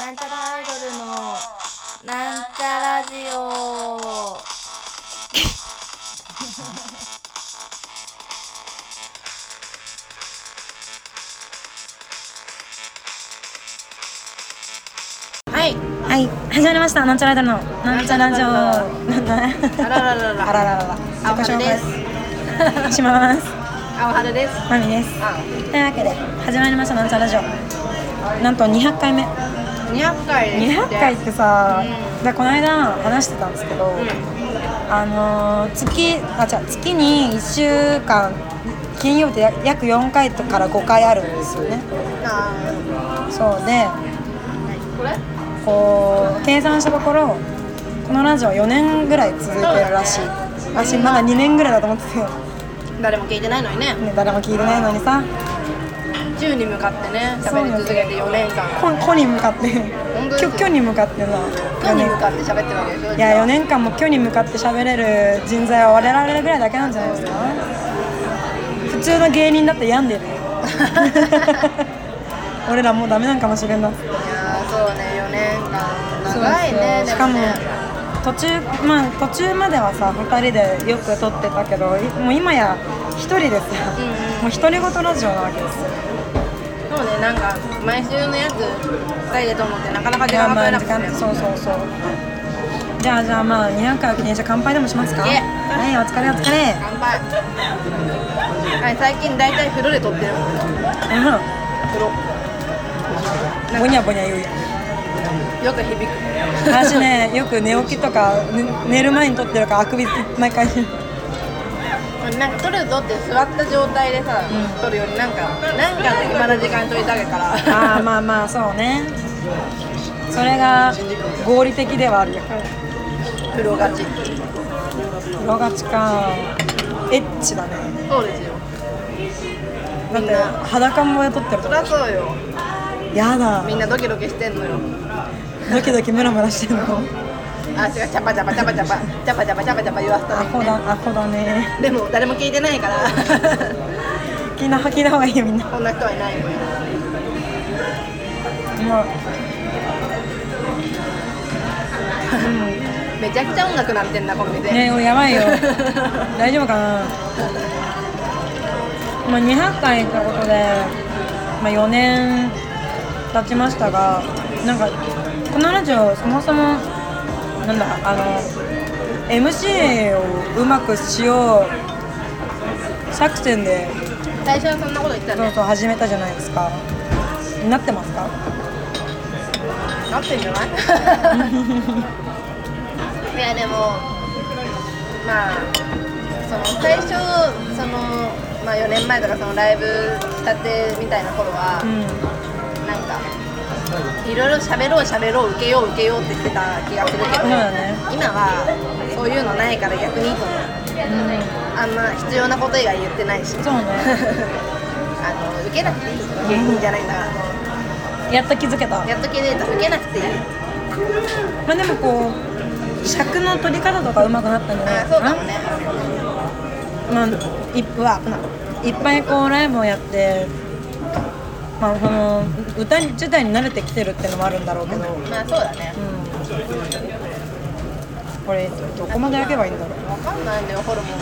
なんちゃらアイドルのなんちゃラジオ。はいはい、始まりました。なんちゃらアイドルのなんちゃラジオ。なんだね。 あららららあらららら。 青春ですす。します。 青春です。 まみです。というわけで始まりましたなんちゃらラジオ。なんと200回目。 200回ですって 200回ってさ、この間話してたんですけど、月に1週間金曜日で約4回から5回あるんですよね。そうで、 これこう計算したところ、このラジオ4年ぐらい続いてるらしい。私まだ2年ぐらいだと思ってて、 誰も聞いてないのにね。 誰も聞いてないのにさ、 宙に向かってね喋り続けて4年間。 個に向かって虚に向かってさ、 虚に向かって喋ってるわけでしょ。 いや4年間も虚に向かって喋れる人材は我々ぐらいだけなんじゃないですか。普通の芸人だって病んでるよ俺らもうダメなんかもしれんな。 いやそうね、4年間長いね。 しかも途中まではさ2人でよく撮ってたけど、もう今や1人でさ、もう独り言ラジオなわけですよ。 そうね、なんか毎週のやつ2人で撮るのってなかなか時間が取れなくて、 そうじゃあまあ200回を記念して乾杯でもしますか。はい、お疲れ。 乾杯。はい、最近大体風呂で撮ってる。風呂ボニャボニャ言うやん。 よく響く。 私ね、よく寝起きとか、寝る前に撮ってるからあくび毎回なんか撮るぞって座った状態でさ、撮るよりなんか暇な時間に撮りたいからああまあそうね、それが合理的ではあるよ。 風呂勝ちか。エッチだね。 そうですよ。 だって裸もで撮ってるそりゃそうよ。 やだ、 みんなドキドキしてんのよ。 ドキドキムラムラしてんのあ、違う、チャパチャパ言わせたアホだね。 でも誰も聞いてないから聞いた方がいいよみんな。 こんな人はいないのよ。めちゃくちゃ音楽鳴ってんなこの店ね、やばいよ大丈夫かな。200回ということで、4年経ちましたが、なんかこのラジオそもそもMC をうまくしよう作戦で最初はそんなこと言ってたね。 そう始めたじゃないですか。なってますか。 なってんじゃないいやでもその最初4年前とかそのライブしたてみたいな頃は、なんかいろいろ喋ろう受けようって言ってた気がするけど、今はそういうのないから逆にいいと思う。あんま必要なこと以外言ってないし、 そうね受けなくていい芸人じゃないんだから。 やっと気づけた。 やっと気づいた。受けなくていい。 でもこう尺の取り方とか上手くなったんじゃないですか。 そうかもね。 いっぱいこうライブをやって、その歌自体に慣れてきてるっていうのもあるんだろうけど、 そうだね。 これどこまで焼けばいいんだろう。 わかんないんだよホルモンって。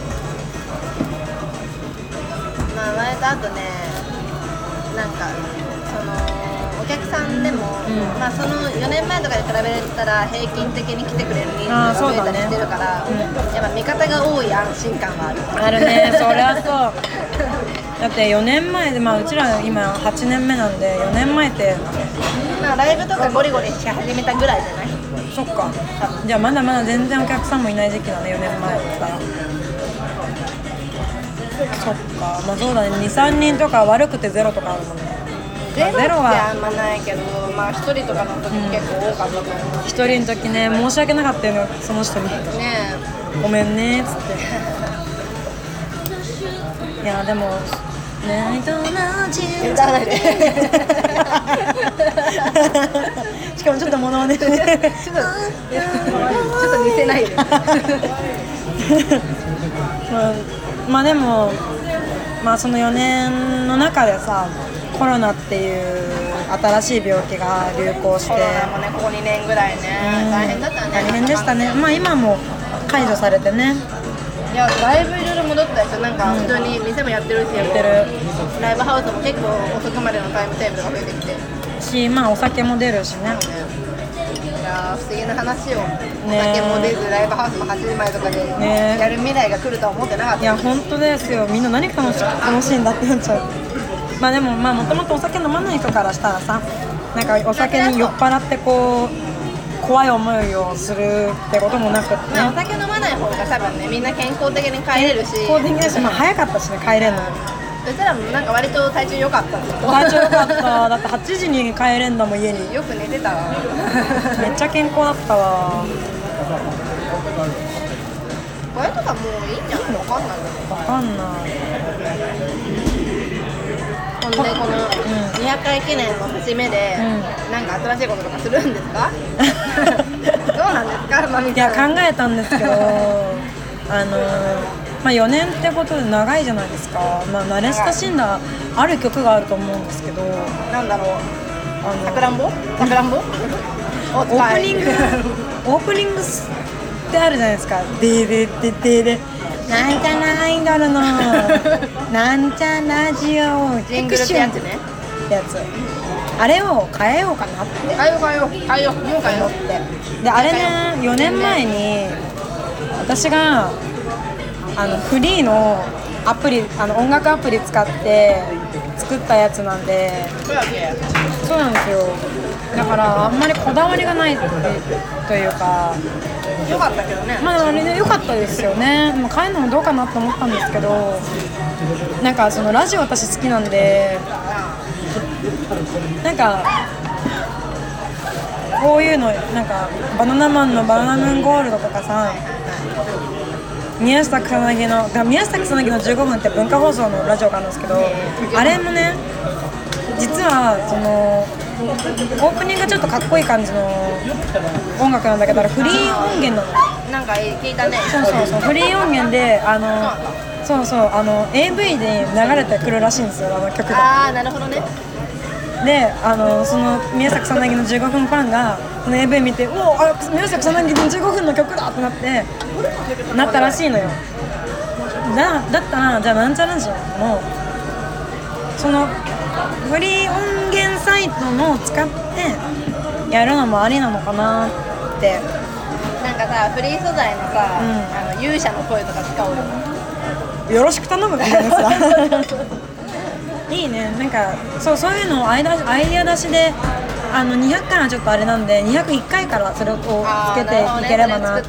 割とあとね、なんかそのお客さんでも、その4年前とかに比べたら平均的に来てくれる人数が増えたりしてるから、やっぱ味方が多い安心感はある。 あるね、そりゃそう。だって4年前で、うちら今8年目なんで、4年前ってライブとかゴリゴリし始めたぐらいじゃない？ そっか。じゃあまだまだ全然お客さんもいない時期だね、4年前だったら。そっか、そうだね、2、3人とか悪くてゼロとかあるもんね。 ゼロってあんまないけど、1人とかの時結構多かったと思う。 1人の時ね、申し訳なかったよね、その人に。ごめんねっつって。いやでもないと同じ歌わないでしかもちょっと物をねちょっと似せないででもその4年の中でさ、 コロナっていう新しい病気が流行して、 コロナもねここ2年ぐらいね、大変だったね。 大変でしたね。まあ今も解除されてね。 いやだいぶいろいろ戻ったでしょ。なんか普通に店もやってるし、 やってるライブハウスも結構遅くまでのタイムテーブルが増えてきてし、まあお酒も出るしね。 いや不思議な話よ、お酒も出ずライブハウスも8時前とかでやる未来が来るとは思ってなかった。 いや本当ですよ。みんな何楽しいんだってなっちゃう。まあでももともとお酒飲まない人からしたらさ、なんかお酒に酔っ払ってこう怖い思いをするってこともなくってね、 まあ、お酒飲まない方が多分ねみんな健康的に帰れるし、 こうできるし、まあ早かったしね帰れるの。 うちらもなんか割と体調良かったんですよ。 体調良かった。だって8時に帰れんだもん家に。 よく寝てたわ。 めっちゃ健康だったわ。 これとかもういいんじゃないの？分かんないけど。 わかんない。 ほんでこの200回記念の節目で、なんか新しいこととかするんですか？どうなんですか？まみいやちゃん。 考えたんですけどまあ4年ってことで長いじゃないですか。まあ慣れ親しんだある曲があると思うんですけど、 なんだろう。さくらんぼ？さくらんぼ？オオープニングってあるじゃないですか。でででででなんちゃらアイドルのなんちゃラジオジングルってやつね。 やつ。あれを変えようかなって変えようもう変えようって。 であれね4年前に私がフリーのアプリ音楽アプリ使って作ったやつなんで。 そうだっけ？ そうなんですよ。だからあんまりこだわりがないというか、 よかったけどね。 まああれね良かったですよね。もう変えるのもどうかなと思ったんですけど、なんかそのラジオ私好きなんで、なんかこういうのなんかバナナマンのバナナムーンゴールドとかさ、宮下草薙の15分って文化放送のラジオがあるんですけど、あれもね実はそのオープニングがちょっとかっこいい感じの音楽なんだけど、フリー音源なの。 なんか聞いたね。 そうフリー音源でAV で流れてくるらしいんですよ、曲が。 ああなるほどね。 でその宮下草薙の15分ファンがその AV 見て、宮下草薙の15分の曲だってなったらしいのよ。だったらじゃあなんちゃらラジオのそのフリー音源サイトのを使ってやるのもありなのかなって。 なんかさフリー素材のさ、勇者の声とか使おうよ。 よろしく頼むみたいなさいいね。なんかそういうのをアイデア出しで200回はちょっとあれなんで201回からそれをつけていければなって。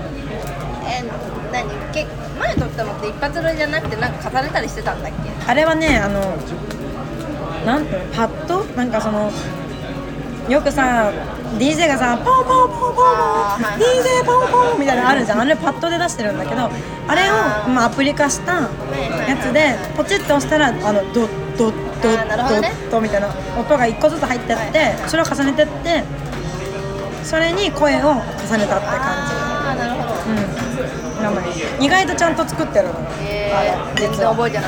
前撮ったのって一発撮りじゃなくてなんか重ねたりしてたんだっけ？ あれはねなんていうのパッドなんかよくさ DJ がさポンポンポンポン DJ ポンポンみたいなのあるじゃん。あれパッドで出してるんだけど、あれをアプリ化したやつでポチッと押したらドッドッドッドッドみたいな音が1個ずつ入ってってそれを重ねてってそれに声を重ねたって感じ。 ああなるほど。 なので意外とちゃんと作ってるの。 全然覚えてない。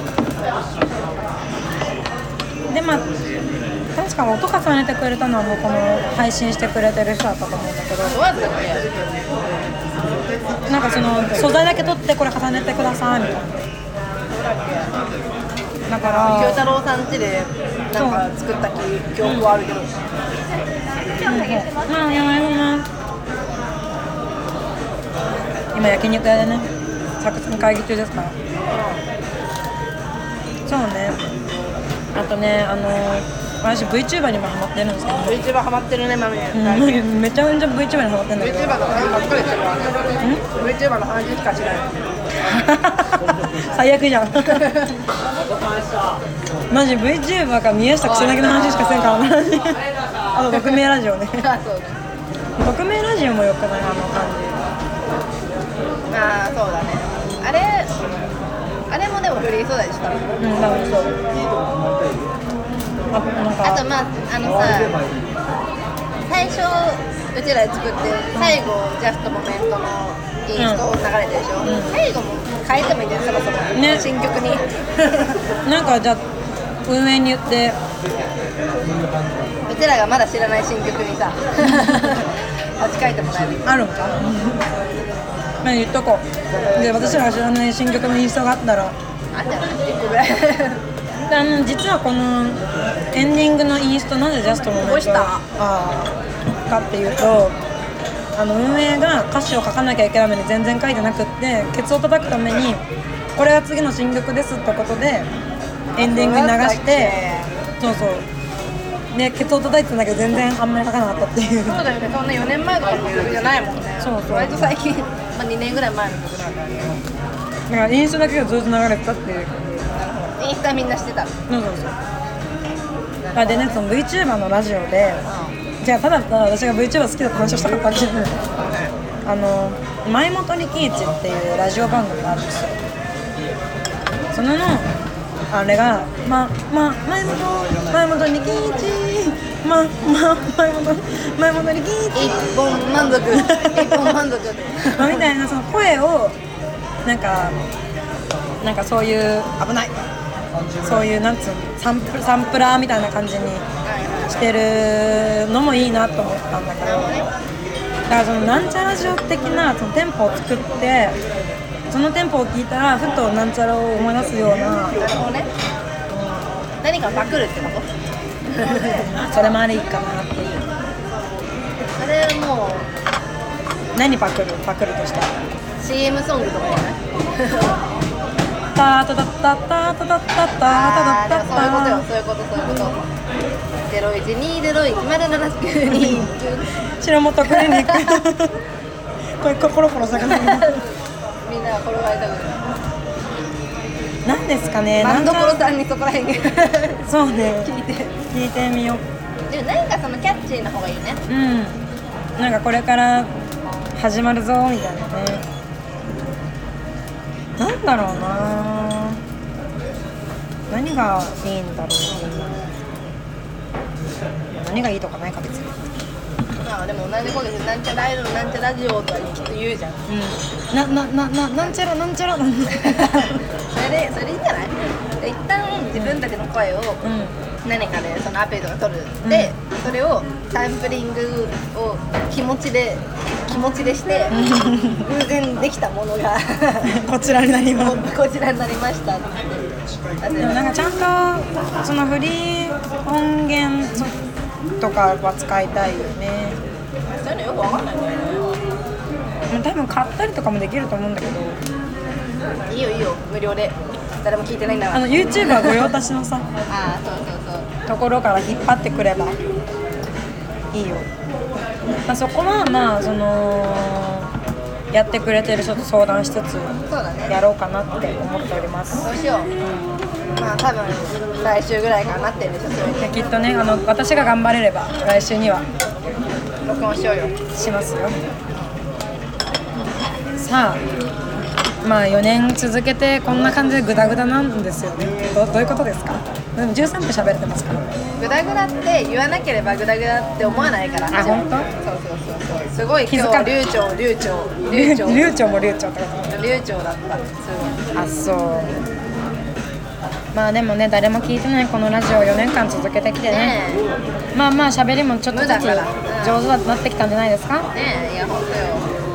で確かに音重ねてくれたのはもうこの配信してくれてる人だったと思うんだけど、 どうやったっけ？ なんかその素材だけ取ってこれ重ねてくださいみたいな。だから清太郎さん家でなんか作った記憶はあるけど。 今焼肉屋でね作戦会議中ですから。そうね。あとね私 VTuber にもハマってるんですけど、 VTuber ハマってるねマミ。 めちゃめちゃ VTuber にハマってるんだけど VTuber の話ばっかりしてるわ。VTuber の話しかしない。 最悪じゃんマジ VTuber か宮下草薙の話しかせんからなあと匿名ラジオね匿名ラジオもよくない感じ。 ああそうだね。あれもでもフリー素材でしたね。 多分そう。なんかあとさ最初うちらで作って最後ジャストモメントのインスト流れてるでしょ、最後も変えてもいいんじゃないそろそろ、 ね、 新曲になんかじゃあ運営に言ってうちらがまだ知らない新曲にさ立ち返ってもらえる。 あるんかまあ言っとこうで、私らが知らない新曲のインストがあったらあんじゃない1個ぐらいで実はこのエンディングのインストなんでジャストのどうしたかっていうと運営が歌詞を書かなきゃいけないのに全然書いてなくってケツを叩くためにこれが次の新曲ですってことでエンディングに流してそうでケツを叩いてたんだけど全然あんまり書かなかったっていう。 そうだよね、そんな4年前とかの曲じゃないもんね。 そう割と最近、まあ、2年ぐらい前の曲なんだけどだからインストだけがずっと流れてたっていう。 インスタみんなしてた。 そうでね、その VTuber のラジオでじゃあただ私が VTuber 好きだって話をしたかったわけじゃない前本力一っていうラジオ番組があるんですよ。そのあれが前本力一前本力一一本満足みたいなその声をなんかそういう危ないそういうなんつうのサンプラーみたいな感じにしてるのもいいなと思ったんだけど、だからそのなんちゃらジオ的なそのテンポを作ってそのテンポを聞いたらふとなんちゃらを思い出すような。 なるほどね、何かパクるってことそれもありかなっていう。 あれもう何パクるとしたら CM ソングとかじゃないタタタタタタタタタタタタそういうことよ、そういうこと01201079 白本クリニックこれコロコロしたかなみんなが転がりたくない何ですかね、 バンドコロさんにそこらへんそうね聞いてみよう。 でもなんかそのキャッチーな方がいいね。 なんかこれから始まるぞみたいなね。なんだろうな、何がいいんだろう。何がいいとかないか別に。 まあでも同じことです。なんちゃライブなんちゃラジオとかきっと言うじゃん。 なんちゃらそれいいんじゃない？一旦自分たちの声を何かでそのアプリとか取る、でそれをサンプリングを気持ちでして偶然できたものがこちらになりますこちらになりましたって。 でもなんかちゃんとそのフリー音源とかは使いたいよね。 そういうのよくわかんないんだよね。 多分買ったりとかもできると思うんだけど。 いいよ無料で誰も聞いてないんだから。 YouTuber 御用達のさああそうところから引っ張ってくればいいよ。そこはまあそのやってくれてる人と相談しつつやろうかなって思っております。 そうしよう。まあ多分来週ぐらいからなってるでしょ。それきっとね私が頑張れれば来週には録音しようよ。 しますよ。さあまあ4年続けてこんな感じでグダグダなんですよね。どういうことですか？でも13分喋れてますから。 グダグダって言わなければグダグダって思わないから。 あ、本当？ そうすごい今日流暢も流暢ってこと？ 流暢だった。すごい。 あ、そう。まあでもね、誰も聞いてないこのラジオを4年間続けてきてね、まあ喋りもちょっとずつ上手だとなってきたんじゃないですか？ ねえ、いや本当よ。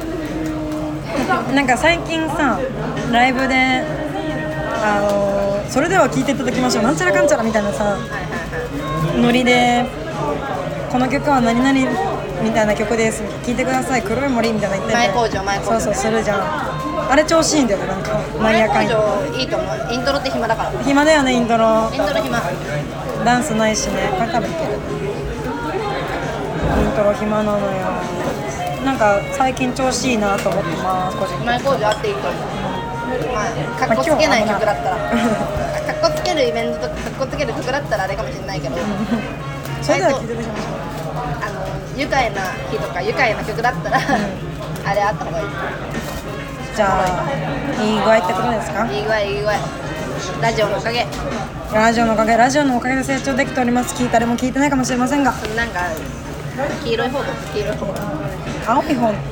なんか最近さライブでそれでは聴いていただきましょうなんちゃらかんちゃらみたいなさ、ノリでこの曲は何々みたいな曲です聴いてください黒い森みたいな言って前工場そうするじゃん。あれ調子いいんだよね。なんか前工場いいと思う。イントロって暇だから。 暇だよね。イントロ暇。 ダンスないしね。これ多分いける。イントロ暇なのよ。なんか最近調子いいなと思ってます個人的に。 前工場あっていいと思う。まあかっこつけない曲だったらかっこつけるイベントとかっこつける曲だったらあれかもしれないけどそれでは聞いてみましょう。 愉快な日とか愉快な曲だったらあれあった方がいい。 じゃあいい具合ってことですか？ いい具合ラジオのおかげで成長できております。誰も聞いてないかもしれませんが、 なんか黄色い方青い本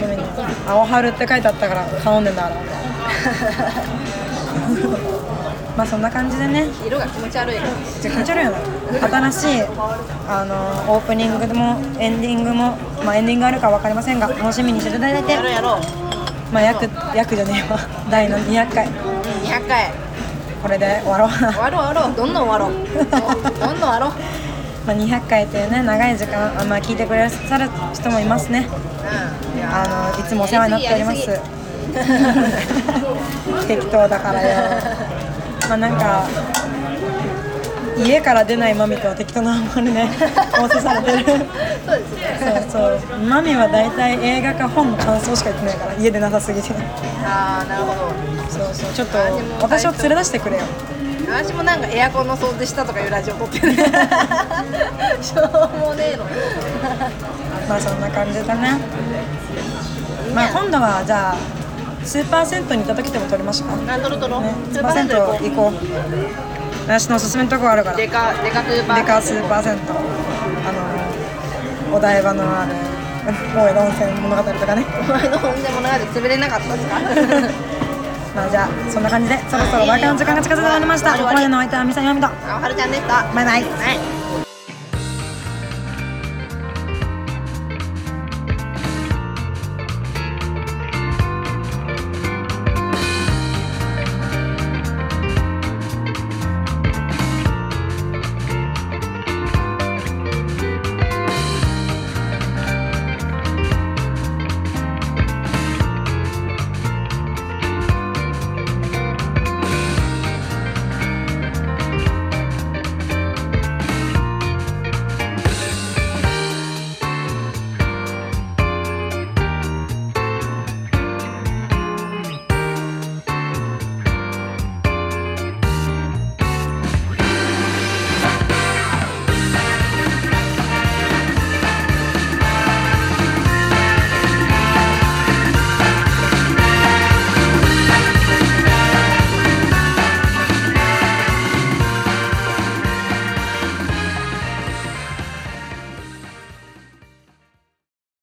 青春って書いてあったから頼んでんだからまあそんな感じでね、 色が気持ち悪いから気持ち悪いよね。新しいオープニングもエンディングも、まあエンディングあるか分かりませんが楽しみにしていただいて、 やろうまあ約じゃねえわ第の200回 200回これで終わろうな。 終わろうどんどん終わろうどんどん終わろうまあ200回というね長い時間、まあ聞いてくださる人もいますね。いつもお世話になっております。適当だからよ。まあなんか家から出ないマミとは適当なあんまりね構成されてる。 そうですね。 そうマミは大体映画か本の感想しか言ってないから家でなさすぎて。 ああなるほど。 そうちょっと私を連れ出してくれよ。 私もなんかエアコンの掃除したとかいうラジオ撮ってる。しょうもねえの。 まあそんな感じだね。まあ今度はじゃあスーパー銭湯に行った時でも撮りましょうか。 撮ろう、 ね、スーパー銭湯行こう。私のおすすめのとこあるから。 デカスーパーデカスーパー銭湯。お台場のある大江戸温泉物語とかね。 大江戸温泉物語潰れなかったですか？ まあじゃあそんな感じでそろそろお別れの時間が近づいてまいりました。ここまでのお相手はみさみまみとはるちゃんでした。 バイバイ。 はい。